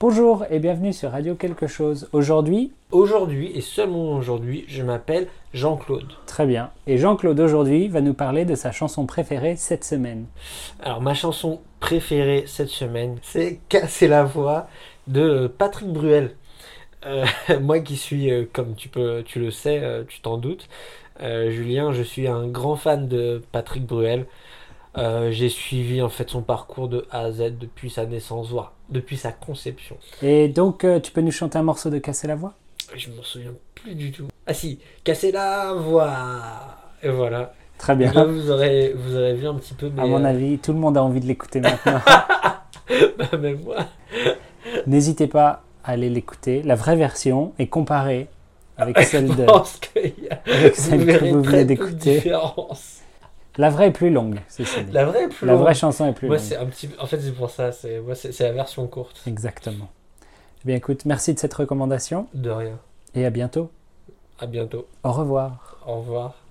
Bonjour et bienvenue sur Radio Quelque chose. Aujourd'hui, et seulement aujourd'hui, je m'appelle Jean-Claude. très bien, et Jean-Claude aujourd'hui va nous parler de sa chanson préférée cette semaine. Alors ma chanson préférée cette semaine, c'est Casser la voix de Patrick Bruel. Moi qui suis, comme tu le sais, tu t'en doutes, Julien, je suis un grand fan de Patrick Bruel. J'ai suivi en fait son parcours de A à Z depuis sa naissance, voire depuis sa conception. Et donc, tu peux nous chanter un morceau de Casser la voix ? Je m'en souviens plus du tout. Ah si, Casser la voix. Et voilà. Très bien. Là, vous aurez vu un petit peu mes... À mon avis, tout le monde a envie de l'écouter maintenant. Bah, même moi. N'hésitez pas à aller l'écouter, la vraie version, et comparer avec celle Je pense avec vous celle que verrez vous venez très peu de d'écouter. différence. La vraie est plus longue, c'est ça. La vraie est plus La longue. vraie chanson est plus Moi, longue. c'est un petit... En fait, c'est pour ça. C'est la version courte. Exactement. Eh bien, écoute, merci de cette recommandation De rien. et à bientôt. À bientôt. Au revoir. Au revoir.